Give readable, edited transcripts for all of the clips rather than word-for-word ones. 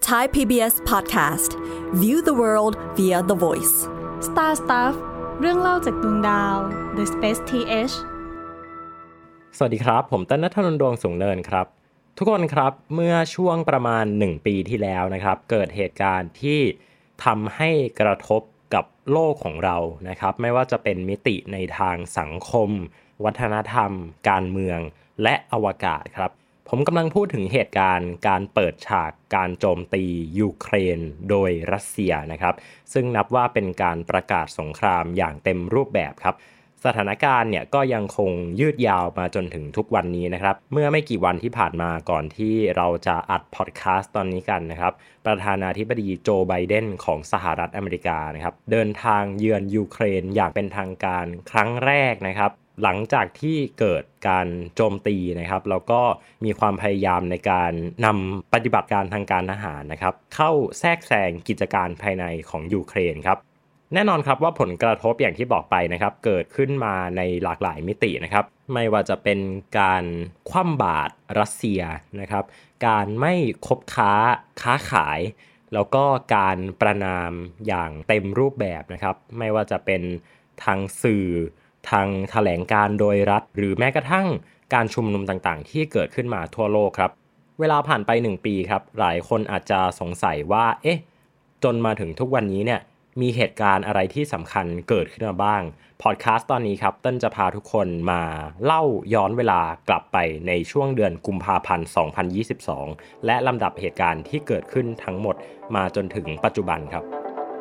Thai PBS Podcast View the world via the voice Star Stuff เรื่องเล่าจากดวงดาว The Space TH สวัสดีครับผมต้นณัฐนนท์ ดวงสูงเนินครับทุกคนครับเมื่อช่วงประมาณ1ปีที่แล้วนะครับเกิดเหตุการณ์ที่ทำให้กระทบกับโลกของเรานะครับไม่ว่าจะเป็นมิติในทางสังคมวัฒนธรรมการเมืองและอวกาศครับผมกำลังพูดถึงเหตุการณ์การเปิดฉากการโจมตียูเครนโดยรัสเซียนะครับซึ่งนับว่าเป็นการประกาศสงครามอย่างเต็มรูปแบบครับสถานการณ์เนี่ยก็ยังคงยืดยาวมาจนถึงทุกวันนี้นะครับเมื่อไม่กี่วันที่ผ่านมาก่อนที่เราจะอัดพอดแคสต์ตอนนี้กันนะครับประธานาธิบดีโจไบเดนของสหรัฐอเมริกานะครับเดินทางเยือนยูเครนอย่างเป็นทางการครั้งแรกนะครับหลังจากที่เกิดการโจมตีนะครับแล้วก็มีความพยายามในการนำปฏิบัติการทางการทหารนะครับเข้าแทรกแซงกิจการภายในของยูเครนครับแน่นอนครับว่าผลกระทบอย่างที่บอกไปนะครับเกิดขึ้นมาในหลากหลายมิตินะครับไม่ว่าจะเป็นการคว่ำบาตรรัสเซียนะครับการไม่คบค้าขายแล้วก็การประณามอย่างเต็มรูปแบบนะครับไม่ว่าจะเป็นทางสื่อทางแถลงการโดยรัฐหรือแม้กระทั่งการชุมนุมต่างๆที่เกิดขึ้นมาทั่วโลกครับเวลาผ่านไป1ปีครับหลายคนอาจจะสงสัยว่าจนมาถึงทุกวันนี้เนี่ยมีเหตุการณ์อะไรที่สำคัญเกิดขึ้นมาบ้างพอดแคสต์ตอนนี้ครับเต้นจะพาทุกคนมาเล่าย้อนเวลากลับไปในช่วงเดือนกุมภาพันธ์2022และลำดับเหตุการณ์ที่เกิดขึ้นทั้งหมดมาจนถึงปัจจุบันครับ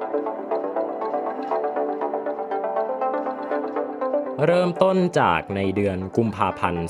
เริ่มต้นจากในเดือนกุมภาพันธ์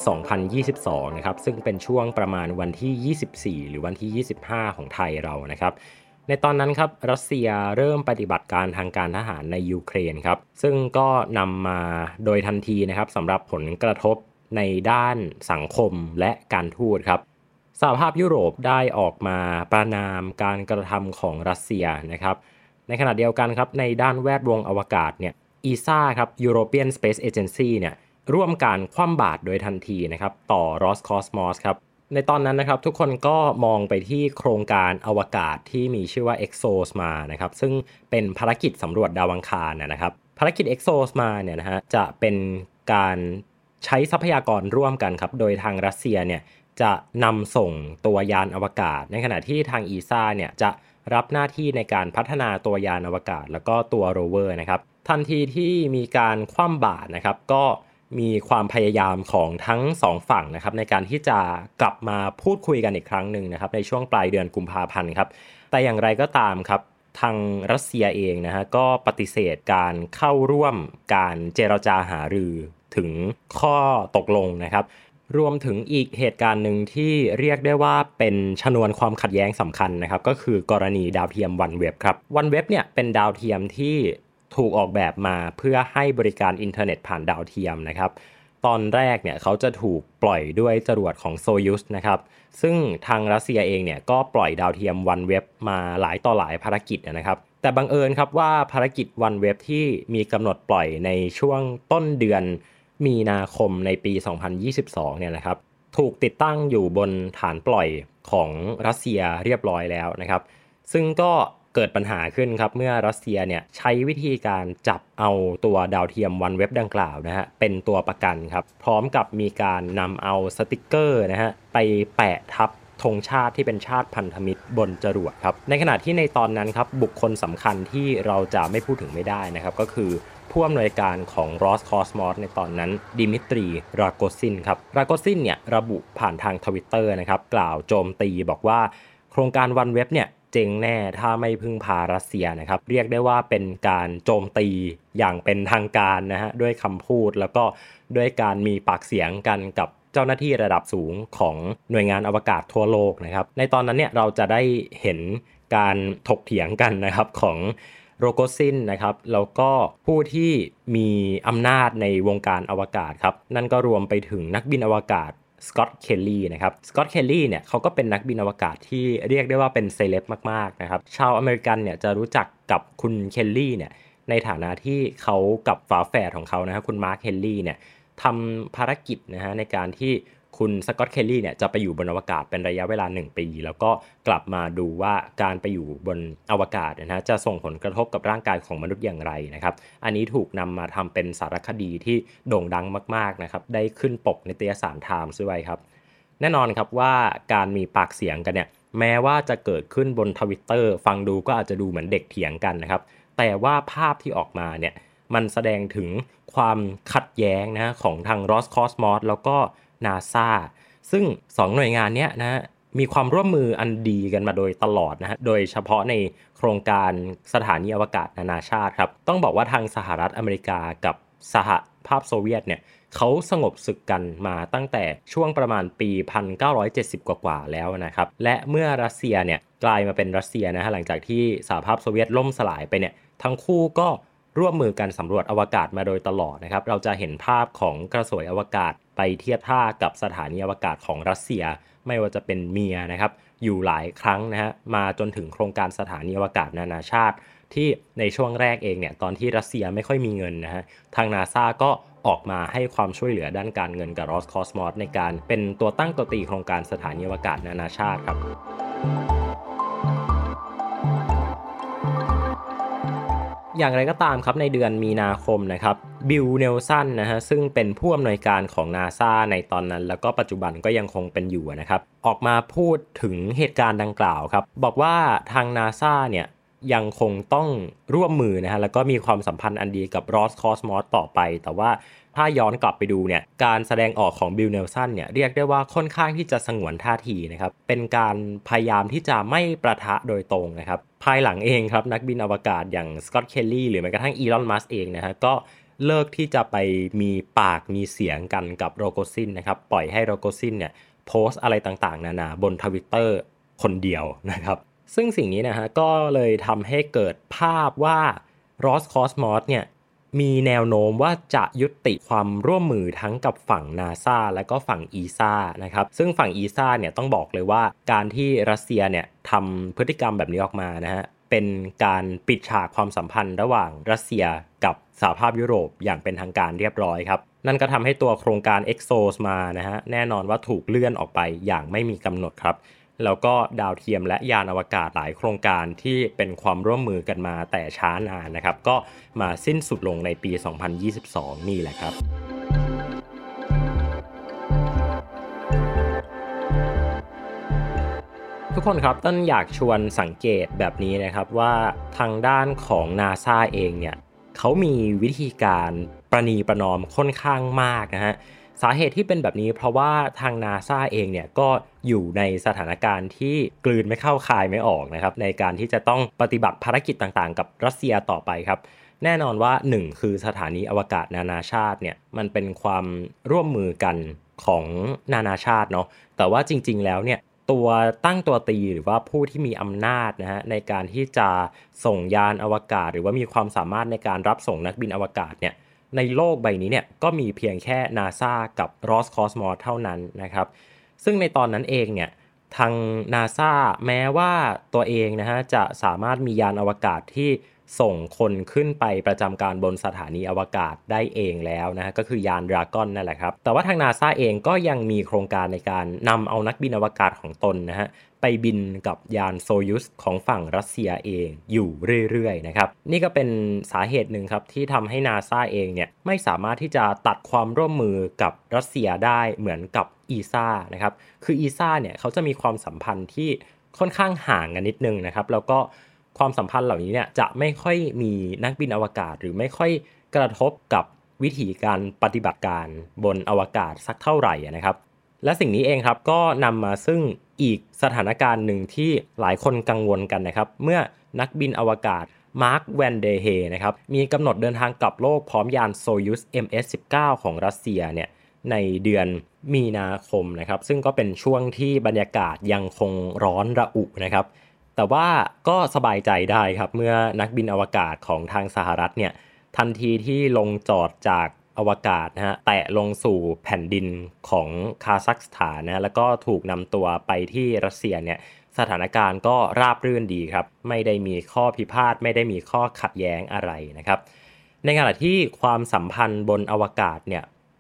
2022นะครับซึ่งเป็นช่วงประมาณวันที่24หรือวันที่25ของไทยเรานะครับในตอนนั้นครับรัสเซียเริ่มปฏิบัติการทางการทหารในยูเครนครับซึ่งก็นำมาโดยทันทีนะครับสำหรับผลกระทบในด้านสังคมและการทูตครับสหภาพยุโรปได้ออกมาประณามการกระทำของรัสเซียนะครับในขณะเดียวกันครับในด้านแวดวงอวกาศเนี่ยESA ครับ European Space Agency เนี่ยร่วมการคว่ำบาตรโดยทันทีนะครับต่อ Roscosmos ครับในตอนนั้นนะครับทุกคนก็มองไปที่โครงการอวกาศที่มีชื่อว่า EXOSMA นะครับซึ่งเป็นภารกิจสำรวจดาวอังคารนะครับภารกิจ EXOSMA เนี่ยนะฮะจะเป็นการใช้ทรัพยากรร่วมกันครับโดยทางรัสเซียเนี่ยจะนำส่งตัวยานอวกาศในขณะที่ทาง ESA เนี่ยจะรับหน้าที่ในการพัฒนาตัวยานอวกาศแล้วก็ตัวโรเวอร์นะครับทันทีที่มีการคว่ำบาตรนะครับก็มีความพยายามของทั้งสองฝั่งนะครับในการที่จะกลับมาพูดคุยกันอีกครั้งหนึ่งนะครับในช่วงปลายเดือนกุมภาพันธ์ครับแต่อย่างไรก็ตามครับทางรัสเซียเองนะฮะก็ปฏิเสธการเข้าร่วมการเจรจาหารือถึงข้อตกลงนะครับรวมถึงอีกเหตุการณ์หนึ่งที่เรียกได้ว่าเป็นชนวนความขัดแย้งสำคัญนะครับก็คือกรณีดาวเทียม OneWeb ครับ OneWeb เนี่ยเป็นดาวเทียมที่ถูกออกแบบมาเพื่อให้บริการอินเทอร์เน็ตผ่านดาวเทียมนะครับตอนแรกเนี่ยเขาจะถูกปล่อยด้วยจรวดของโซยูสนะครับซึ่งทางรัสเซียเองเนี่ยก็ปล่อยดาวเทียม OneWeb มาหลายต่อหลายภารกิจนะครับแต่บังเอิญครับว่าภารกิจ OneWeb ที่มีกำหนดปล่อยในช่วงต้นเดือนมีนาคมในปี2022เนี่ยนะครับถูกติดตั้งอยู่บนฐานปล่อยของรัสเซียเรียบร้อยแล้วนะครับซึ่งก็เกิดปัญหาขึ้นครับเมื่อรัสเซียเนี่ยใช้วิธีการจับเอาตัวดาวเทียม OneWeb ดังกล่าวนะฮะเป็นตัวประกันครับพร้อมกับมีการนำเอาสติกเกอร์นะฮะไปแปะทับธงชาติที่เป็นชาติพันธมิตรบนจรวดครับในขณะที่ในตอนนั้นครับบุคคลสำคัญที่เราจะไม่พูดถึงไม่ได้นะครับก็คือผู้อำนวยการของ Roscosmos ในตอนนั้นดิมิตรีราโกซินครับราโกซินเนี่ยระบุผ่านทาง Twitter นะครับกล่าวโจมตีบอกว่าโครงการ OneWeb เนี่ยเจ๊งแน่ถ้าไม่พึ่งพารัสเซียนะครับเรียกได้ว่าเป็นการโจมตีอย่างเป็นทางการนะฮะด้วยคำพูดแล้วก็ด้วยการมีปากเสียงกันกับเจ้าหน้าที่ระดับสูงของหน่วยงานอวกาศทั่วโลกนะครับในตอนนั้นเนี่ยเราจะได้เห็นการถกเถียงกันนะครับของโรโกซินนะครับแล้วก็ผู้ที่มีอำนาจในวงการอวกาศครับนั่นก็รวมไปถึงนักบินอวกาศสกอตต์เคลลี่นะครับสกอตต์เคลลี่เนี่ยเขาก็เป็นนักบินอวกาศที่เรียกได้ว่าเป็นเซเลบมากๆนะครับชาวอเมริกันเนี่ยจะรู้จักกับคุณเคลลี่เนี่ยในฐานะที่เขากับฝาแฝดของเขานะครับคุณมาร์คเคลลี่เนี่ยทำภารกิจนะฮะในการที่คุณสกอตต์เคลลี่เนี่ยจะไปอยู่บนอวกาศเป็นระยะเวลา1ปีแล้วก็กลับมาดูว่าการไปอยู่บนอวกาศนะฮะจะส่งผลกระทบกับร่างกายของมนุษย์อย่างไรนะครับอันนี้ถูกนำมาทำเป็นสารคดีที่โด่งดังมากๆนะครับได้ขึ้นปกนิตยสาร Times ด้วยครับแน่นอนครับว่าการมีปากเสียงกันเนี่ยแม้ว่าจะเกิดขึ้นบน Twitter ฟังดูก็อาจจะดูเหมือนเด็กเถียงกันนะครับแต่ว่าภาพที่ออกมาเนี่ยมันแสดงถึงความขัดแย้งนะของทาง Roscosmos แล้วก็ NASA ซึ่ง2หน่วยงานเนี้ยนะมีความร่วมมืออันดีกันมาโดยตลอดนะฮะโดยเฉพาะในโครงการสถานีอวกาศนานาชาติครับต้องบอกว่าทางสหรัฐอเมริกากับสหภาพโซเวียตเนี่ยเขาสงบศึกกันมาตั้งแต่ช่วงประมาณปี 1970 กว่าๆแล้วนะครับและเมื่อรัสเซียเนี่ยกลายมาเป็นรัสเซียนะฮะหลังจากที่สหภาพโซเวียตล่มสลายไปเนี่ยทั้งคู่ก็ร่วมมือกันสำรวจอวกาศมาโดยตลอดนะครับเราจะเห็นภาพของกระสวยอวกาศไปเทียบท่ากับสถานีอวกาศของรัสเซียไม่ว่าจะเป็นเมียนะครับอยู่หลายครั้งนะฮะมาจนถึงโครงการสถานีอวกาศนานาชาติที่ในช่วงแรกเองเนี่ยตอนที่รัสเซียไม่ค่อยมีเงินนะฮะทาง NASA ก็ออกมาให้ความช่วยเหลือด้านการเงินกับ Roscosmos ในการเป็นตัวตั้งตัวตีโครงการสถานีอวกาศนานาชาติครับอย่างไรก็ตามครับในเดือนมีนาคมนะครับบิลเนลสันนะฮะซึ่งเป็นผู้อำนวยการของ NASA ในตอนนั้นแล้วก็ปัจจุบันก็ยังคงเป็นอยู่นะครับออกมาพูดถึงเหตุการณ์ดังกล่าวครับบอกว่าทาง NASA เนี่ยยังคงต้องร่วมมือนะฮะแล้วก็มีความสัมพันธ์อันดีกับ Roscosmos ต่อไปแต่ว่าถ้าย้อนกลับไปดูเนี่ยการแสดงออกของบิลเนลสันเนี่ยเรียกได้ว่าค่อนข้างที่จะสงวนท่าทีนะครับเป็นการพยายามที่จะไม่ประทะโดยตรงนะครับภายหลังเองครับนักบินอวกาศอย่างสกอตต์เคลลี่หรือแม้กระทั่งอีลอนมัสก์เองนะฮะก็เลิกที่จะไปมีปากมีเสียงกันกับโรโกซินนะครับปล่อยให้โรโกซินเนี่ยโพสต์อะไรต่างๆนานาบน Twitter คนเดียวนะครับซึ่งสิ่งนี้นะฮะก็เลยทำให้เกิดภาพว่า Roscosmos เนี่ยมีแนวโน้มว่าจะยุติความร่วมมือทั้งกับฝั่ง NASA และก็ฝั่ง ESA นะครับซึ่งฝั่ง ESA เนี่ยต้องบอกเลยว่าการที่รัสเซียเนี่ยทำพฤติกรรมแบบนี้ออกมานะฮะเป็นการปิดฉากความสัมพันธ์ระหว่างรัสเซียกับสหภาพยุโรปอย่างเป็นทางการเรียบร้อยครับนั่นก็ทำให้ตัวโครงการ EXOS มานะฮะแน่นอนว่าถูกเลื่อนออกไปอย่างไม่มีกำหนดครับแล้วก็ดาวเทียมและยานอวกาศหลายโครงการที่เป็นความร่วมมือกันมาแต่ช้านานนะครับก็มาสิ้นสุดลงในปี 2022 นี่แหละครับทุกคนครับต้นอยากชวนสังเกตแบบนี้นะครับว่าทางด้านของ NASA เองเนี่ยเขามีวิธีการประนีประนอมค่อนข้างมากนะฮะสาเหตุที่เป็นแบบนี้เพราะว่าทาง NASA เองเนี่ยก็อยู่ในสถานการณ์ที่กลืนไม่เข้าคายไม่ออกนะครับในการที่จะต้องปฏิบัติภารกิจต่างๆกับรัสเซียต่อไปครับแน่นอนว่า1คือสถานีอวกาศนานาชาติเนี่ยมันเป็นความร่วมมือกันของนานาชาติเนาะแต่ว่าจริงๆแล้วเนี่ยตัวตั้งตัวตีหรือว่าผู้ที่มีอำนาจนะฮะในการที่จะส่งยานอวกาศหรือว่ามีความสามารถในการรับส่งนักบินอวกาศเนี่ยในโลกใบนี้เนี่ยก็มีเพียงแค่ NASA กับ Roscosmos เท่านั้นนะครับซึ่งในตอนนั้นเองเนี่ยทาง NASA แม้ว่าตัวเองนะฮะจะสามารถมียานอวกาศที่ส่งคนขึ้นไปประจำการบนสถานีอวกาศได้เองแล้วนะฮะก็คือยาน Dragon นั่นแหละครับแต่ว่าทาง NASA เองก็ยังมีโครงการในการนำเอานักบินอวกาศของตนนะฮะไปบินกับยานโซยุสของฝั่งรัสเซียเองอยู่เรื่อยๆนะครับนี่ก็เป็นสาเหตุหนึ่งครับที่ทำให้ NASA เองเนี่ยไม่สามารถที่จะตัดความร่วมมือกับรัสเซียได้เหมือนกับ ESA นะครับคือ ESA เนี่ยเขาจะมีความสัมพันธ์ที่ค่อนข้างห่างกันนิดนึงนะครับแล้วก็ความสัมพันธ์เหล่านี้เนี่ยจะไม่ค่อยมีนักบินอวกาศหรือไม่ค่อยกระทบกับวิธีการปฏิบัติการบนอวกาศสักเท่าไหร่นะครับและสิ่งนี้เองครับก็นำมาซึ่งอีกสถานการณ์หนึ่งที่หลายคนกังวลกันนะครับเมื่อนักบินอวกาศมาร์คแวนเดเฮนะครับมีกำหนดเดินทางกลับโลกพร้อมยานโซยุส MS-19 ของรัสเซียเนี่ยในเดือนมีนาคมนะครับซึ่งก็เป็นช่วงที่บรรยากาศยังคงร้อนระอุนะครับแต่ว่าก็สบายใจได้ครับเมื่อนักบินอวกาศของทางสหรัฐเนี่ยทันทีที่ลงจอดจากอวกาศนะฮะแตะลงสู่แผ่นดินของคาซัคสถานนะแล้วก็ถูกนำตัวไปที่รัสเซียเนี่ยสถานการณ์ก็ราบรื่นดีครับไม่ได้มีข้อพิพาทไม่ได้มีข้อขัดแย้งอะไรนะครับในขณะที่ความสัมพันธ์บนอวกาศเนี่ย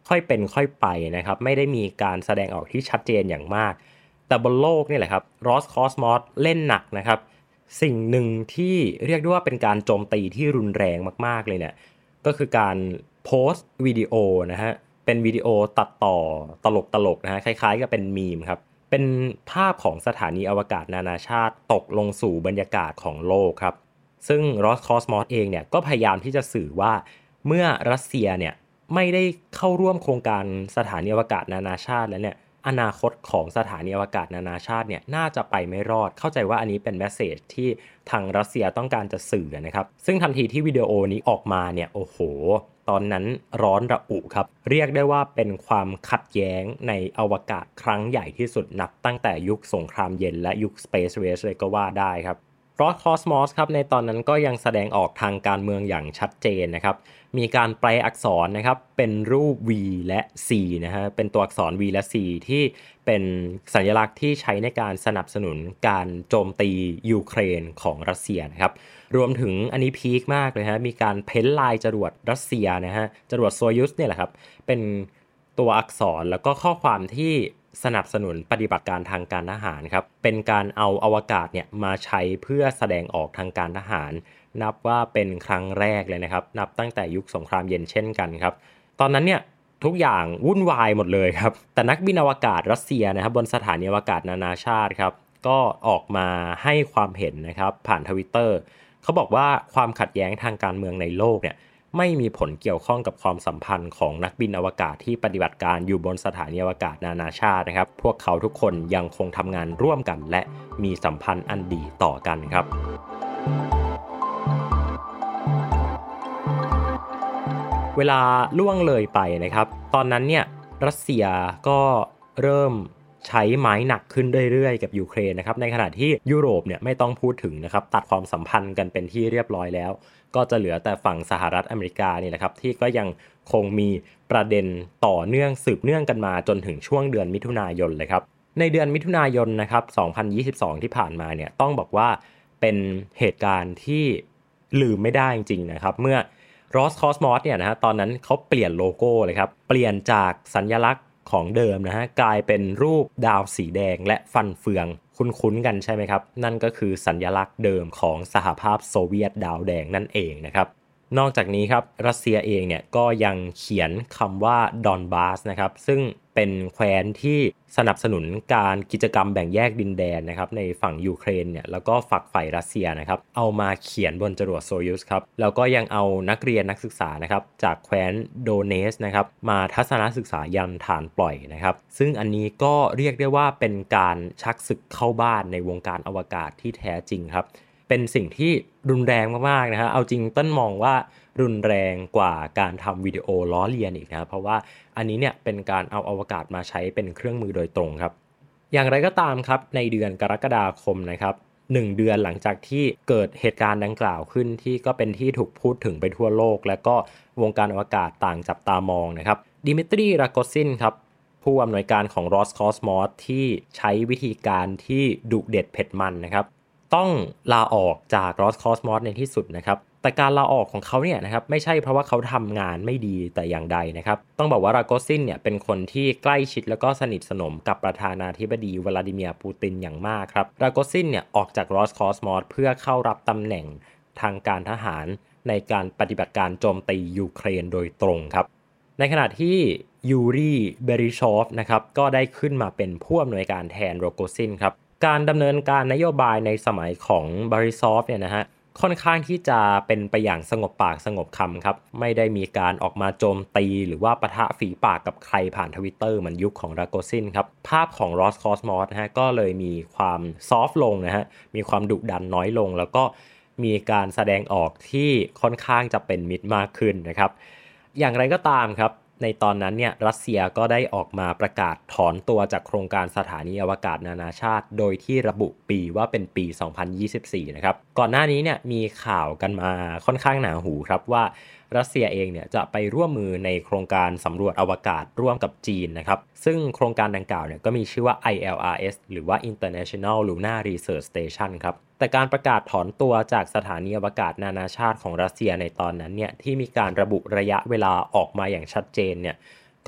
ค่อยเป็นค่อยไปนะครับไม่ได้มีการแสดงออกที่ชัดเจนอย่างมากแต่บนโลกนี่แหละครับรอสคอสมอสเล่นหนักนะครับสิ่งหนึ่งที่เรียกได้ว่าเป็นการโจมตีที่รุนแรงมากๆเลยเนี่ยก็คือการโพสต์วิดีโอนะฮะเป็นวิดีโอตัดต่อตลกๆนะฮะคล้ายๆกับเป็นมีมครับเป็นภาพของสถานีอวกาศนานาชาติตกลงสู่บรรยากาศของโลกครับซึ่ง Roscosmos เองเนี่ยก็พยายามที่จะสื่อว่าเมื่อรัสเซียเนี่ยไม่ได้เข้าร่วมโครงการสถานีอวกาศนานาชาติแล้วเนี่ยอนาคตของสถานีอวกาศนานาชาติเนี่ยน่าจะไปไม่รอดเข้าใจว่าอันนี้เป็นเมสเสจที่ทางรัสเซียต้องการจะสื่อนะครับซึ่งทันทีที่วิดีโอนี้ออกมาเนี่ยโอ้โหตอนนั้นร้อนระอุครับเรียกได้ว่าเป็นความขัดแย้งในอวกาศครั้งใหญ่ที่สุดนับตั้งแต่ยุคสงครามเย็นและยุค Space Race เลยก็ว่าได้ครับRoscosmos ครับในตอนนั้นก็ยังแสดงออกทางการเมืองอย่างชัดเจนนะครับมีการแปลอักษรนะครับเป็นรูป V และ C นะฮะเป็นตัวอักษร V และ C ที่เป็นสัญลักษณ์ที่ใช้ในการสนับสนุนการโจมตียูเครนของรัสเซียนะครับรวมถึงอันนี้พีคมากเลยฮะมีการเพ้นลายจรวดรัสเซียนะฮะจรวดโซยุสเนี่ยแหละครับเป็นตัวอักษรแล้วก็ข้อความที่สนับสนุนปฏิบัติการทางการทหารครับเป็นการเอาอวกาศเนี่ยมาใช้เพื่อแสดงออกทางการทหารนับว่าเป็นครั้งแรกเลยนะครับนับตั้งแต่ยุคสงครามเย็นเช่นกันครับตอนนั้นเนี่ยทุกอย่างวุ่นวายหมดเลยครับแต่นักบินอวกาศรัสเซียนะครับบนสถานีอวกาศนานาชาติครับก็ออกมาให้ความเห็นนะครับผ่าน Twitter เขาบอกว่าความขัดแย้งทางการเมืองในโลกเนี่ยไม่มีผลเกี่ยวข้องกับความสัมพันธ์ของนักบินอวกาศที่ปฏิบัติการอยู่บนสถานีอวกาศนานาชาตินะครับพวกเขาทุกคนยังคงทำงานร่วมกันและมีสัมพันธ์อันดีต่อกันครับเวลาล่วงเลยไปนะครับตอนนั้นเนี่ยรัสเซียก็เริ่มใช้ไม้หนักขึ้นเรื่อยๆกับยูเครนนะครับในขณะที่ยุโรปเนี่ยไม่ต้องพูดถึงนะครับตัดความสัมพันธ์กันเป็นที่เรียบร้อยแล้วก็จะเหลือแต่ฝั่งสหรัฐอเมริกานี่แหละครับที่ก็ยังคงมีประเด็นต่อเนื่องสืบเนื่องกันมาจนถึงช่วงเดือนมิถุนายนเลยครับในเดือนมิถุนายนนะครับ2022ที่ผ่านมาเนี่ยต้องบอกว่าเป็นเหตุการณ์ที่ลืมไม่ได้จริงๆนะครับเมื่อRoscosmos เนี่ยนะฮะตอนนั้นเขาเปลี่ยนโลโก้เลยครับเปลี่ยนจากสัญลักษณ์ของเดิมนะฮะกลายเป็นรูปดาวสีแดงและฟันเฟืองคุ้นๆกันใช่ไหมครับนั่นก็คือสัญลักษณ์เดิมของสหภาพโซเวียตดาวแดงนั่นเองนะครับนอกจากนี้ครับรัสเซียเองเนี่ยก็ยังเขียนคำว่าดอนบาสนะครับซึ่งเป็นแคว้นที่สนับสนุนการกิจกรรมแบ่งแยกดินแดนนะครับในฝั่งยูเครนเนี่ยแล้วก็ฝักใฝ่รัสเซียนะครับเอามาเขียนบนจรวดโซยุสครับแล้วก็ยังเอานักเรียนนักศึกษานะครับจากแคว้นโดเนสนะครับมาทัศนศึกษายันฐานปล่อยนะครับซึ่งอันนี้ก็เรียกได้ว่าเป็นการชักศึกเข้าบ้านในวงการอวกาศที่แท้จริงครับเป็นสิ่งที่รุนแรงมากๆนะฮะเอาจริงต้นมองว่ารุนแรงกว่าการทำวิดีโอล้อเลียนอีกนะเพราะว่าอันนี้เนี่ยเป็นการเอาอวกาศมาใช้เป็นเครื่องมือโดยตรงครับอย่างไรก็ตามครับในเดือนกรกฎาคมนะครับ1เดือนหลังจากที่เกิดเหตุการณ์ดังกล่าวขึ้นที่ก็เป็นที่ถูกพูดถึงไปทั่วโลกและก็วงการอวกาศต่างจับตามองนะครับดิมิตรีราโกซินครับผู้อำนวยการของ Roscosmos ที่ใช้วิธีการที่ดุเด็ดเผ็ดมันนะครับต้องลาออกจาก Roscosmos ในที่สุดนะครับแต่การลาออกของเขาเนี่ยนะครับไม่ใช่เพราะว่าเขาทำงานไม่ดีแต่อย่างใดนะครับต้องบอกว่าราโกซินเนี่ยเป็นคนที่ใกล้ชิดแล้วก็สนิทสนมกับประธานาธิบดีวลาดิเมียร์ปูตินอย่างมากครับราโกซินเนี่ยออกจาก Roscosmos เพื่อเข้ารับตำแหน่งทางการทหารในการปฏิบัติการโจมตียูเครนโดยตรงครับในขณะที่ยูรีเบริชอฟนะครับก็ได้ขึ้นมาเป็นผู้อำนวยการแทนราโกซินครับการดำเนินการนโยบายในสมัยของบริซอฟเนี่ยนะฮะค่อนข้างที่จะเป็นไปอย่างสงบปากสงบคำครับไม่ได้มีการออกมาโจมตีหรือว่าปะทะฝีปากกับใครผ่าน Twitter เหมือนยุคของราโกซินครับภาพของ Roscosmos นะฮะก็เลยมีความซอฟต์ลงนะฮะมีความดุดันน้อยลงแล้วก็มีการแสดงออกที่ค่อนข้างจะเป็นมิตรมากขึ้นนะครับอย่างไรก็ตามครับในตอนนั้นเนี่ยรัสเซียก็ได้ออกมาประกาศถอนตัวจากโครงการสถานีอวกาศนานาชาติโดยที่ระบุปีว่าเป็นปี 2024 นะครับก่อนหน้านี้เนี่ยมีข่าวกันมาค่อนข้างหนาหูครับว่ารัสเซียเองเนี่ยจะไปร่วมมือในโครงการสำรวจอวกาศร่วมกับจีนนะครับซึ่งโครงการดังกล่าวเนี่ยก็มีชื่อว่า ILRS หรือว่า International Lunar Research Station ครับแต่การประกาศถอนตัวจากสถานีอวกาศนานาชาติของรัสเซียในตอนนั้นเนี่ยที่มีการระบุระยะเวลาออกมาอย่างชัดเจนเนี่ย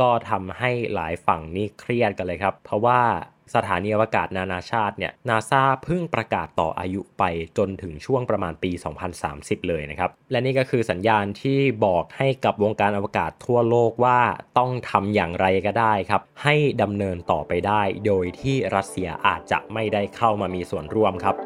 ก็ทำให้หลายฝั่งนี่เครียดกันเลยครับเพราะว่าสถานีอวกาศนานาชาติเนี่ย NASA เพิ่งประกาศต่ออายุไปจนถึงช่วงประมาณปี 2030 เลยนะครับและนี่ก็คือสัญญาณที่บอกให้กับวงการอวกาศทั่วโลกว่าต้องทำอย่างไรก็ได้ครับให้ดำเนินต่อไปได้โดยที่รัสเซียอาจจะไม่ได้เข้ามามีส่วนร่วมครับ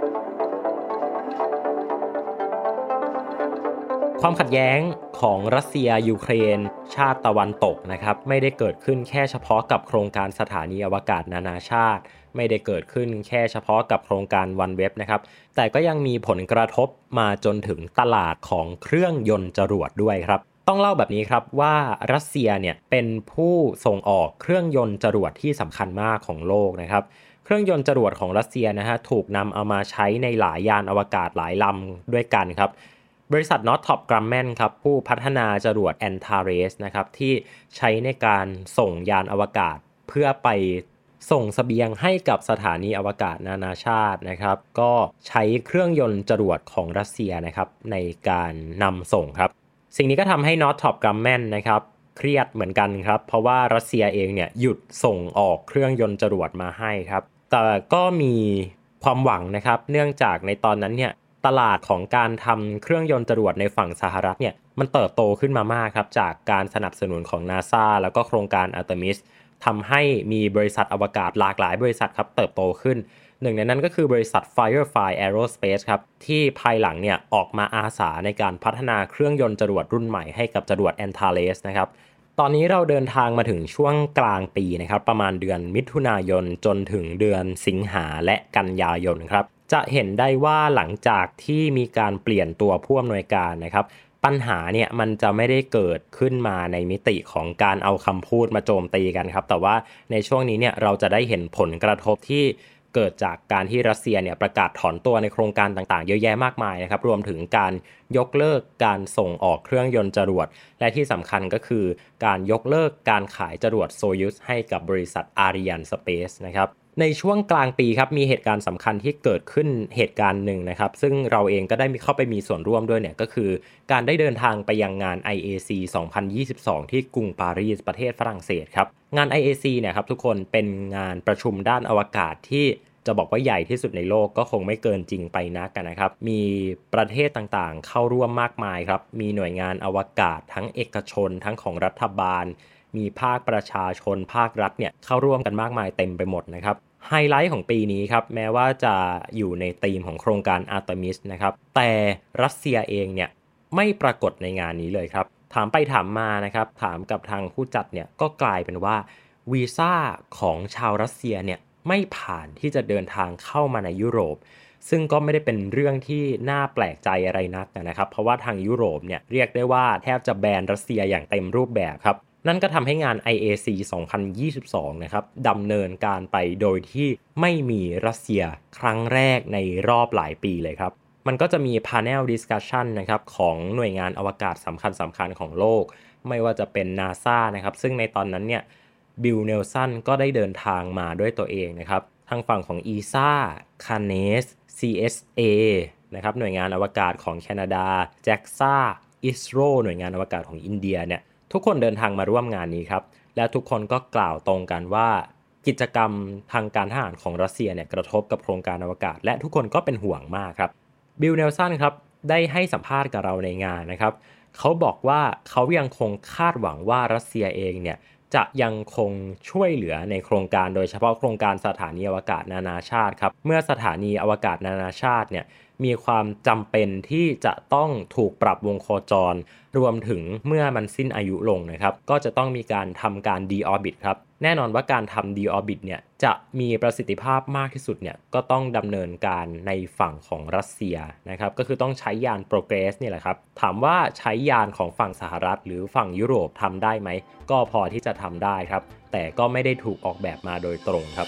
ความขัดแย้งของรัสเซียยูเครนชาติตะวันตกนะครับไม่ได้เกิดขึ้นแค่เฉพาะกับโครงการสถานีอวกาศนานาชาติไม่ได้เกิดขึ้นแค่เฉพาะกับโครงการ OneWeb นะครับแต่ก็ยังมีผลกระทบมาจนถึงตลาดของเครื่องยนต์จรวดด้วยครับต้องเล่าแบบนี้ครับว่ารัสเซียเนี่ยเป็นผู้ส่งออกเครื่องยนต์จรวดที่สำคัญมากของโลกนะครับเครื่องยนต์จรวดของรัสเซียนะฮะถูกนำเอามาใช้ในหลายยานอวกาศหลายลำด้วยกันครับบริษัท Northrop Grumman ครับผู้พัฒนาจรวด Antares นะครับที่ใช้ในการส่งยานอวกาศเพื่อไปส่งเสบียงให้กับสถานีอวกาศนานาชาตินะครับก็ใช้เครื่องยนต์จรวดของรัสเซียนะครับในการนำส่งครับสิ่งนี้ก็ทำให้ Northrop Grumman นะครับเครียดเหมือนกันครับเพราะว่ารัสเซียเองเนี่ยหยุดส่งออกเครื่องยนต์จรวดมาให้ครับแต่ก็มีความหวังนะครับเนื่องจากในตอนนั้นเนี่ยตลาดของการทำเครื่องยนต์จรวดในฝั่งสหรัฐเนี่ยมันเติบโตขึ้นมามากครับจากการสนับสนุนของ NASA แล้วก็โครงการ Artemis ทำให้มีบริษัทอวกาศหลากหลายบริษัทครับเติบโตขึ้นหนึ่งในนั้นก็คือบริษัท Firefly Aerospace ครับที่ภายหลังเนี่ยออกมาอาสาในการพัฒนาเครื่องยนต์จรวดรุ่นใหม่ให้กับจรวด Antares นะครับตอนนี้เราเดินทางมาถึงช่วงกลางปีนะครับประมาณเดือนมิถุนายนจนถึงเดือนสิงหาและกันยายนครับจะเห็นได้ว่าหลังจากที่มีการเปลี่ยนตัวผู้อำนวยการนะครับปัญหาเนี่ยมันจะไม่ได้เกิดขึ้นมาในมิติของการเอาคำพูดมาโจมตีกันครับแต่ว่าในช่วงนี้เนี่ยเราจะได้เห็นผลกระทบที่เกิดจากการที่รัสเซียเนี่ยประกาศถอนตัวในโครงการต่างๆเยอะแยะมากมายนะครับรวมถึงการยกเลิกการส่งออกเครื่องยนต์จรวดและที่สำคัญก็คือการยกเลิกการขายจรวดโซยุสให้กับบริษัท Ariane Space นะครับในช่วงกลางปีครับมีเหตุการณ์สำคัญที่เกิดขึ้นเหตุการณ์หนึ่งนะครับซึ่งเราเองก็ได้เข้าไปมีส่วนร่วมด้วยเนี่ยก็คือการได้เดินทางไปยังงาน IAC 2022 ที่กรุงปารีสประเทศฝรั่งเศสครับงาน IAC เนี่ยครับทุกคนเป็นงานประชุมด้านอวกาศที่จะบอกว่าใหญ่ที่สุดในโลกก็คงไม่เกินจริงไปนักนะครับมีประเทศต่างๆเข้าร่วมมากมายครับมีหน่วยงานอวกาศทั้งเอกชนทั้งของรัฐบาลมีภาคประชาชนภาครัฐเนี่ยเข้าร่วมกันมากมายเต็มไปหมดนะครับไฮไลท์ของปีนี้ครับแม้ว่าจะอยู่ในธีมของโครงการ Artemis นะครับแต่รัสเซียเองเนี่ยไม่ปรากฏในงานนี้เลยครับถามไปถามมานะครับถามกับทางผู้จัดเนี่ยก็กลายเป็นว่าวีซ่าของชาวรัสเซียเนี่ยไม่ผ่านที่จะเดินทางเข้ามาในยุโรปซึ่งก็ไม่ได้เป็นเรื่องที่น่าแปลกใจอะไรนักนะครับเพราะว่าทางยุโรปเนี่ยเรียกได้ว่าแทบจะแบนรัสเซียอย่างเต็มรูปแบบครับนั่นก็ทำให้งาน IAC 2022 นะครับดำเนินการไปโดยที่ไม่มีรัสเซียครั้งแรกในรอบหลายปีเลยครับมันก็จะมี panel discussion นะครับของหน่วยงานอวกาศสำคัญของโลกไม่ว่าจะเป็น NASA นะครับซึ่งในตอนนั้นเนี่ยบิล เนลสันก็ได้เดินทางมาด้วยตัวเองนะครับทางฝั่งของ ESA CANES CSA นะครับหน่วยงานอวกาศของแคนาดา JAXA ISRO หน่วยงานอวกาศของอินเดียเนี่ยทุกคนเดินทางมาร่วมงานนี้ครับและทุกคนก็กล่าวตรงกันว่ากิจกรรมทางการทหารของรัสเซียเนี่ยกระทบกับโครงการอวกาศและทุกคนก็เป็นห่วงมากครับบิล เนลสันครับได้ให้สัมภาษณ์กับเราในงานนะครับเขาบอกว่าเขายังคงคาดหวังว่ารัสเซียเองเนี่ยจะยังคงช่วยเหลือในโครงการโดยเฉพาะโครงการสถานีอวกาศนานาชาติครับเมื่อสถานีอวกาศนานาชาติเนี่ยมีความจำเป็นที่จะต้องถูกปรับวงโคจรรวมถึงเมื่อมันสิ้นอายุลงนะครับก็จะต้องมีการทำการ de-orbit ครับแน่นอนว่าการทำ de-orbit เนี่ยจะมีประสิทธิภาพมากที่สุดเนี่ยก็ต้องดำเนินการในฝั่งของรัสเซียนะครับก็คือต้องใช้ยาน Progress นี่แหละครับถามว่าใช้ยานของฝั่งสหรัฐหรือฝั่งยุโรปทำได้ไหมก็พอที่จะทำได้ครับแต่ก็ไม่ได้ถูกออกแบบมาโดยตรงครับ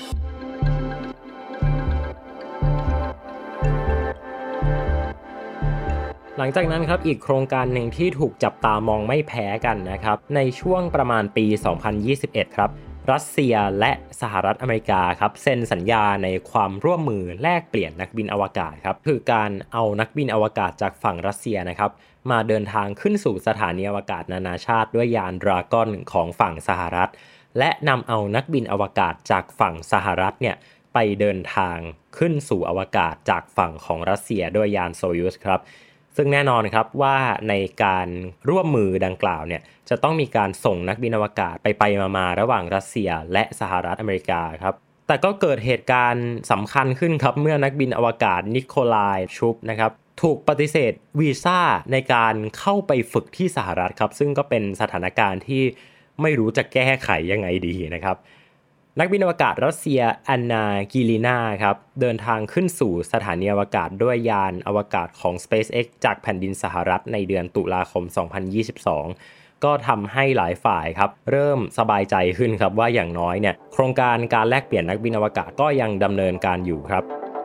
หลังจากนั้นครับอีกโครงการหนึ่งที่ถูกจับตามองไม่แพ้กันนะครับในช่วงประมาณปี 2021 ครับรัสเซียและสหรัฐอเมริกาครับเซ็นสัญญาในความร่วมมือแลกเปลี่ยนนักบินอวกาศครับคือการเอานักบินอวกาศจากฝั่งรัสเซียนะครับมาเดินทางขึ้นสู่สถานีอวกาศนานาชาติด้วยยานดราก้อนของฝั่งสหรัฐและนำเอานักบินอวกาศจากฝั่งสหรัฐเนี่ยไปเดินทางขึ้นสู่อวกาศจากฝั่งของรัสเซียด้วยยานโซยูสครับซึ่งแน่นอนครับว่าในการร่วมมือดังกล่าวเนี่ยจะต้องมีการส่งนักบินอวกาศไปมาระหว่างรัสเซียและสหรัฐอเมริกาครับแต่ก็เกิดเหตุการณ์สำคัญขึ้นครับเมื่อนักบินอวกาศนิโคลายชุปนะครับถูกปฏิเสธวีซ่าในการเข้าไปฝึกที่สหรัฐครับซึ่งก็เป็นสถานการณ์ที่ไม่รู้จะแก้ไขยังไงดีนะครับนักบินอวกาศรัสเซียอันนากิลีนาครับเดินทางขึ้นสู่สถานีอวกาศด้วยยานอวกาศของ SpaceX จากแผ่นดินสหรัฐในเดือนตุลาคม 2022 ก็ทำให้หลายฝ่ายครับเริ่มสบายใจขึ้นครับว่าอย่างน้อยเนี่ยโครงการการแลกเปลี่ยนนักบินอวกาศก็ยังดำเนินการอยู่ครับ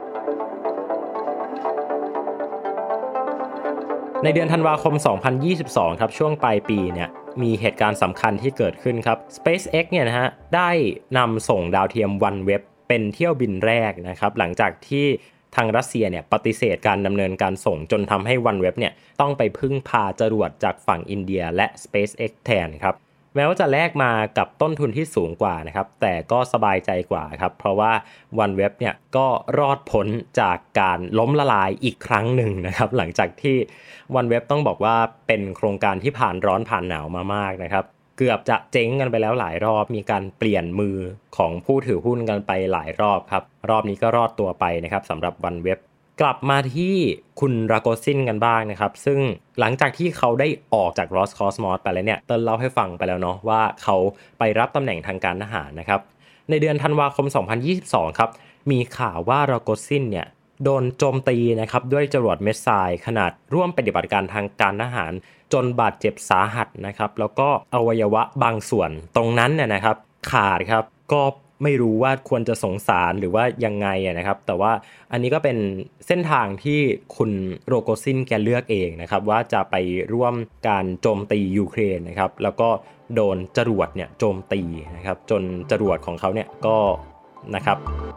ในเดือนธันวาคม 2022 ครับช่วงปลายปีเนี่ยมีเหตุการณ์สำคัญที่เกิดขึ้นครับ SpaceX เนี่ยนะฮะได้นำส่งดาวเทียม OneWeb เป็นเที่ยวบินแรกนะครับหลังจากที่ทางรัสเซียเนี่ยปฏิเสธการดำเนินการส่งจนทำให้ OneWeb เนี่ยต้องไปพึ่งพาจรวดจากฝั่งอินเดียและ SpaceX แทนครับแม้ว่าจะแลกมากับต้นทุนที่สูงกว่านะครับแต่ก็สบายใจกว่าครับเพราะว่า OneWeb เนี่ยก็รอดพ้นจากการล้มละลายอีกครั้งหนึ่งนะครับหลังจากที่ OneWeb ต้องบอกว่าเป็นโครงการที่ผ่านร้อนผ่านหนาวมามากนะครับเกือบจะเจ๊งกันไปแล้วหลายรอบมีการเปลี่ยนมือของผู้ถือหุ้นกันไปหลายรอบครับรอบนี้ก็รอดตัวไปนะครับสำหรับ OneWebกลับมาที่คุณราโกซินกันบ้างนะครับซึ่งหลังจากที่เขาได้ออกจาก Roscosmos ไปแล้วเนี่ยเติ้ลเล่าให้ฟังไปแล้วเนาะว่าเขาไปรับตำแหน่งทางการทหารนะครับในเดือนธันวาคม 2022 ครับมีข่าวว่าราโกซินเนี่ยโดนโจมตีนะครับด้วยจรวดเมสไซล์ขนาดร่วมปฏิบัติการทางการทหารจนบาดเจ็บสาหัสนะครับแล้วก็อวัยวะบางส่วนตรงนั้นเนี่ยนะครับขาดครับก็ไม่รู้ว่าควรจะสงสารหรือว่ายังไงนะครับแต่ว่าอันนี้ก็เป็นเส้นทางที่คุณโรโกซินแกเลือกเองนะครับว่าจะไปร่วมการโจมตียูเครนนะครับแล้วก็โดนจรวดเนี่ยโจมตีนะครับจนจรวดของเขาเนี่ยก็นะครับ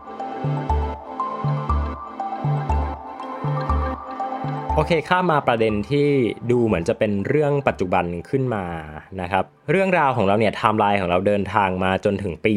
โอเคข้ามมาประเด็นที่ดูเหมือนจะเป็นเรื่องปัจจุบันขึ้นมานะครับเรื่องราวของเราเนี่ยไทม์ไลน์ของเราเดินทางมาจนถึงปี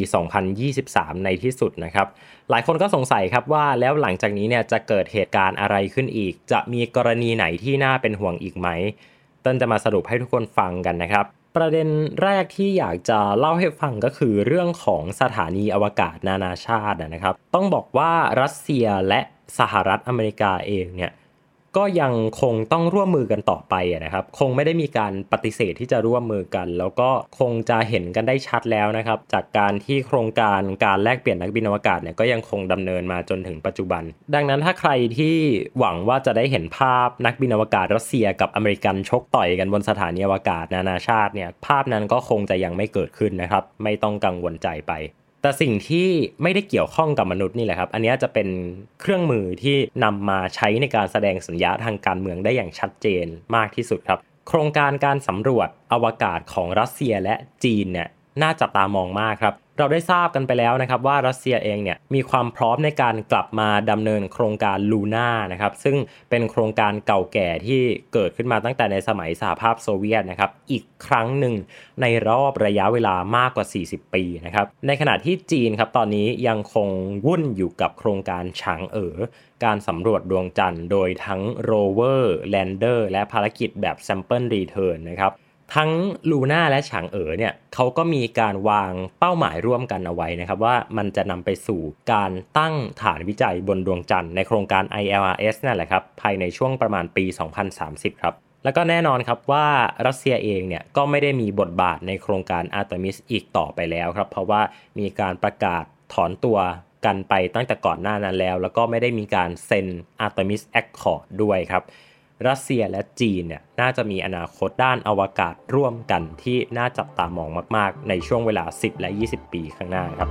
2023 ในที่สุดนะครับหลายคนก็สงสัยครับว่าแล้วหลังจากนี้เนี่ยจะเกิดเหตุการณ์อะไรขึ้นอีกจะมีกรณีไหนที่น่าเป็นห่วงอีกไหมเต้นจะมาสรุปให้ทุกคนฟังกันนะครับประเด็นแรกที่อยากจะเล่าให้ฟังก็คือเรื่องของสถานีอวกาศนานาชาตินะครับต้องบอกว่ารัสเซียและสหรัฐอเมริกาเองเนี่ยก็ยังคงต้องร่วมมือกันต่อไปนะครับคงไม่ได้มีการปฏิเสธที่จะร่วมมือกันแล้วก็คงจะเห็นกันได้ชัดแล้วนะครับจากการที่โครงการการแลกเปลี่ยนนักบินอวกาศเนี่ยก็ยังคงดำเนินมาจนถึงปัจจุบันดังนั้นถ้าใครที่หวังว่าจะได้เห็นภาพนักบินอวกาศรัสเซียกับอเมริกันชกต่อยกันบนสถานีอวกาศนานาชาติเนี่ยภาพนั้นก็คงจะยังไม่เกิดขึ้นนะครับไม่ต้องกังวลใจไปแต่สิ่งที่ไม่ได้เกี่ยวข้องกับมนุษย์นี่แหละครับอันนี้จะเป็นเครื่องมือที่นำมาใช้ในการแสดงสัญญาทางการเมืองได้อย่างชัดเจนมากที่สุดครับโครงการการสำรวจอวกาศของรัสเซียและจีนเนี่ยน่าจับตามองมากครับเราได้ทราบกันไปแล้วนะครับว่ารัสเซียเองเนี่ยมีความพร้อมในการกลับมาดำเนินโครงการลูน่านะครับซึ่งเป็นโครงการเก่าแก่ที่เกิดขึ้นมาตั้งแต่ในสมัยสหภาพโซเวียตนะครับอีกครั้งหนึ่งในรอบระยะเวลามากกว่า40ปีนะครับในขณะที่จีนครับตอนนี้ยังคงวุ่นอยู่กับโครงการฉางการสำรวจดวงจันทร์โดยทั้งโรเวอร์แลนเดอร์และภารกิจแบบ Sample Return นะครับทั้งลูน่าและฉางเนี่ยเขาก็มีการวางเป้าหมายร่วมกันเอาไว้นะครับว่ามันจะนำไปสู่การตั้งฐานวิจัยบนดวงจันทร์ในโครงการ ILRS นั่นแหละครับภายในช่วงประมาณปี 2030 ครับแล้วก็แน่นอนครับว่ารัสเซียเองเนี่ยก็ไม่ได้มีบทบาทในโครงการ Artemis อีกต่อไปแล้วครับเพราะว่ามีการประกาศถอนตัวกันไปตั้งแต่ก่อนหน้านั้นแล้วก็ไม่ได้มีการเซ็น Artemis Accord ด้วยครับรัสเซียและจีนเนี่ยน่าจะมีอนาคตด้านอวกาศร่วมกันที่น่าจับตามองมากๆในช่วงเวลา10และ20ปีข้างหน้าครับ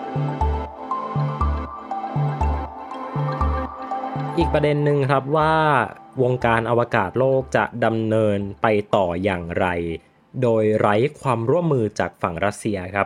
อีกประเด็นหนึ่งครับว่าวงการอวกาศโลกจะดำเนินไปต่ออย่างไรโดยไร้ความร่วมมือจากฝั่งรัสเซียครับ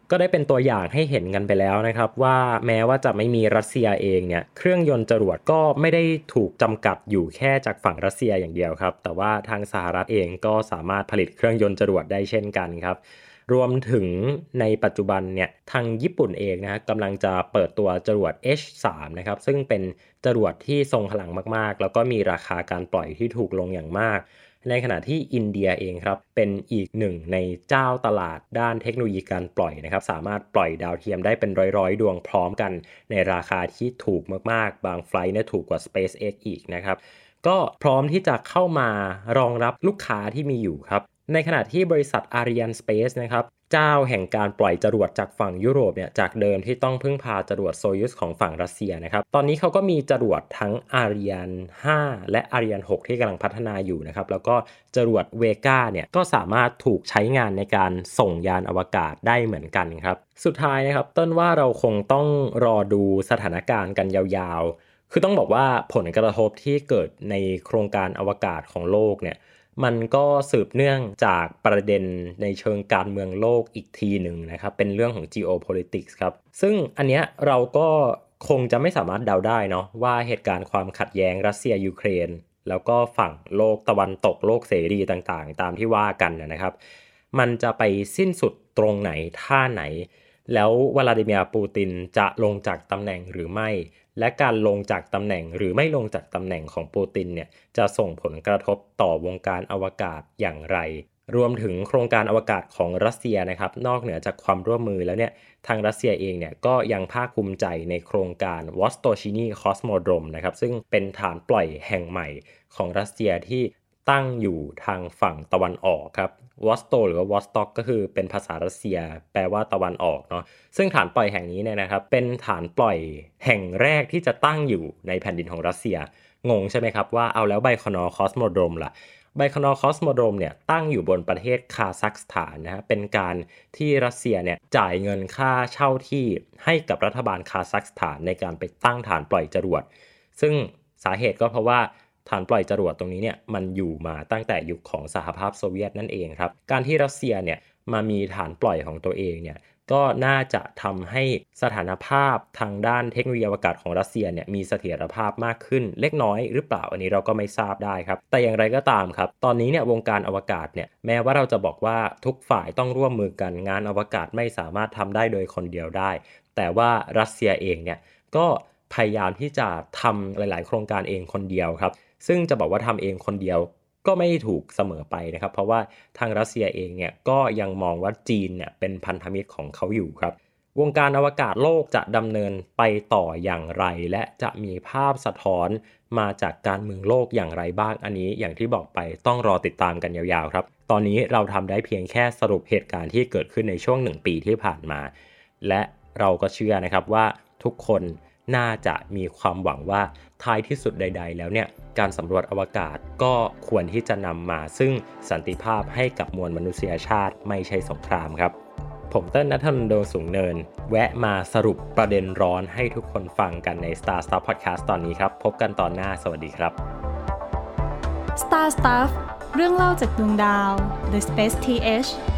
ก็ได้เป็นตัวอย่างให้เห็นกันไปแล้วนะครับว่าแม้ว่าจะไม่มีรัสเซียเองเนี่ยเครื่องยนต์จรวดก็ไม่ได้ถูกจำกัดอยู่แค่จากฝั่งรัสเซียอย่างเดียวครับแต่ว่าทางสหรัฐเองก็สามารถผลิตเครื่องยนต์จรวดได้เช่นกันครับรวมถึงในปัจจุบันเนี่ยทางญี่ปุ่นเองนะกำลังจะเปิดตัวจรวด H3 นะครับซึ่งเป็นจรวดที่ทรงพลังมากๆแล้วก็มีราคาการปล่อยที่ถูกลงอย่างมากในขณะที่อินเดียเองครับเป็นอีกหนึ่งในเจ้าตลาดด้านเทคโนโลยีการปล่อยนะครับสามารถปล่อยดาวเทียมได้เป็นร้อยๆดวงพร้อมกันในราคาที่ถูกมากๆบางไฟล์เนี่ยถูกกว่า SpaceX อีกนะครับก็พร้อมที่จะเข้ามารองรับลูกค้าที่มีอยู่ครับในขณะที่บริษัท Ariane Space นะครับเจ้าแห่งการปล่อยจรวดจากฝั่งยุโรปเนี่ยจากเดิมที่ต้องพึ่งพาจรวดโซยุสของฝั่งรัสเซียนะครับตอนนี้เขาก็มีจรวดทั้ง Ariane 5 และ Ariane 6 ที่กำลังพัฒนาอยู่นะครับแล้วก็จรวด Vega เนี่ยก็สามารถถูกใช้งานในการส่งยานอวกาศได้เหมือนกันครับสุดท้ายนะครับต้นว่าเราคงต้องรอดูสถานการณ์กันยาวๆคือต้องบอกว่าผลกระทบที่เกิดในโครงการอวกาศของโลกเนี่ยมันก็สืบเนื่องจากประเด็นในเชิงการเมืองโลกอีกทีหนึ่งนะครับเป็นเรื่องของ geopolitics ครับซึ่งอันเนี้ยเราก็คงจะไม่สามารถเดาได้เนาะว่าเหตุการณ์ความขัดแย้งรัสเซียยูเครนแล้วก็ฝั่งโลกตะวันตกโลกเสรีต่างๆตามที่ว่ากันนะครับมันจะไปสิ้นสุดตรงไหนท่าไหนแล้ววลาดิเมียร์ปูตินจะลงจากตำแหน่งหรือไม่และการลงจากตำแหน่งหรือไม่ลงจากตำแหน่งของปูตินเนี่ยจะส่งผลกระทบต่อวงการอวกาศอย่างไรรวมถึงโครงการอวกาศของรัสเซียนะครับนอกเหนือจากความร่วมมือแล้วเนี่ยทางรัสเซียเองเนี่ยก็ยังภาคภูมิใจในโครงการ Vostochny Cosmodrome นะครับซึ่งเป็นฐานปล่อยแห่งใหม่ของรัสเซียที่ตั้งอยู่ทางฝั่งตะวันออกครับวอสโตหรือว่าวอสต็อกก็คือเป็นภาษารัสเซียแปลว่าตะวันออกเนาะซึ่งฐานปล่อยแห่งนี้เนี่ยนะครับเป็นฐานปล่อยแห่งแรกที่จะตั้งอยู่ในแผ่นดินของรัสเซียงงใช่ไหมครับว่าเอาแล้วไบคอนอร์คอสโมโดรมล่ะไบคอนอร์คอสโมโดรมเนี่ยตั้งอยู่บนประเทศคาซัคสถานนะฮะเป็นการที่รัสเซียเนี่ยจ่ายเงินค่าเช่าที่ให้กับรัฐบาลคาซัคสถานในการไปตั้งฐานปล่อยจรวดซึ่งสาเหตุก็เพราะว่าฐานปล่อยจรวดตรงนี้เนี่ยมันอยู่มาตั้งแต่ยุคของสหภาพโซเวียตนั่นเองครับการที่รัสเซียเนี่ยมามีฐานปล่อยของตัวเองเนี่ยก็น่าจะทำให้สถานภาพทางด้านเทคโนโลยีอวกาศของรัสเซียเนี่ยมีเสถียรภาพมากขึ้นเล็กน้อยหรือเปล่าอันนี้เราก็ไม่ทราบได้ครับแต่อย่างไรก็ตามครับตอนนี้เนี่ยวงการอวกาศเนี่ยแม้ว่าเราจะบอกว่าทุกฝ่ายต้องร่วมมือกันงานอวกาศไม่สามารถทำได้โดยคนเดียวได้แต่ว่ารัสเซียเองเนี่ยก็พยายามที่จะทำหลายๆโครงการเองคนเดียวครับซึ่งจะบอกว่าทำเองคนเดียวก็ไม่ถูกเสมอไปนะครับเพราะว่าทางรัสเซียเองเนี่ยก็ยังมองว่าจีนเนี่ยเป็นพันธมิตรของเขาอยู่ครับวงการอวกาศโลกจะดำเนินไปต่ออย่างไรและจะมีภาพสะท้อนมาจากการเมืองโลกอย่างไรบ้างอันนี้อย่างที่บอกไปต้องรอติดตามกันยาวๆครับตอนนี้เราทำได้เพียงแค่สรุปเหตุการณ์ที่เกิดขึ้นในช่วง1 ปีที่ผ่านมาและเราก็เชื่อนะครับว่าทุกคนน่าจะมีความหวังว่าท้ายที่สุดใดๆแล้วเนี่ยการสำรวจอวกาศก็ควรที่จะนำมาซึ่งสันติภาพให้กับมวลมนุษยชาติไม่ใช่สงครามครับผมเติ้ลณัฐนนท์ ดวงสูงเนินแวะมาสรุปประเด็นร้อนให้ทุกคนฟังกันใน Star Stuff Podcast ตอนนี้ครับพบกันตอนหน้าสวัสดีครับ Star Stuff เรื่องเล่าจากดวงดาว The Space TH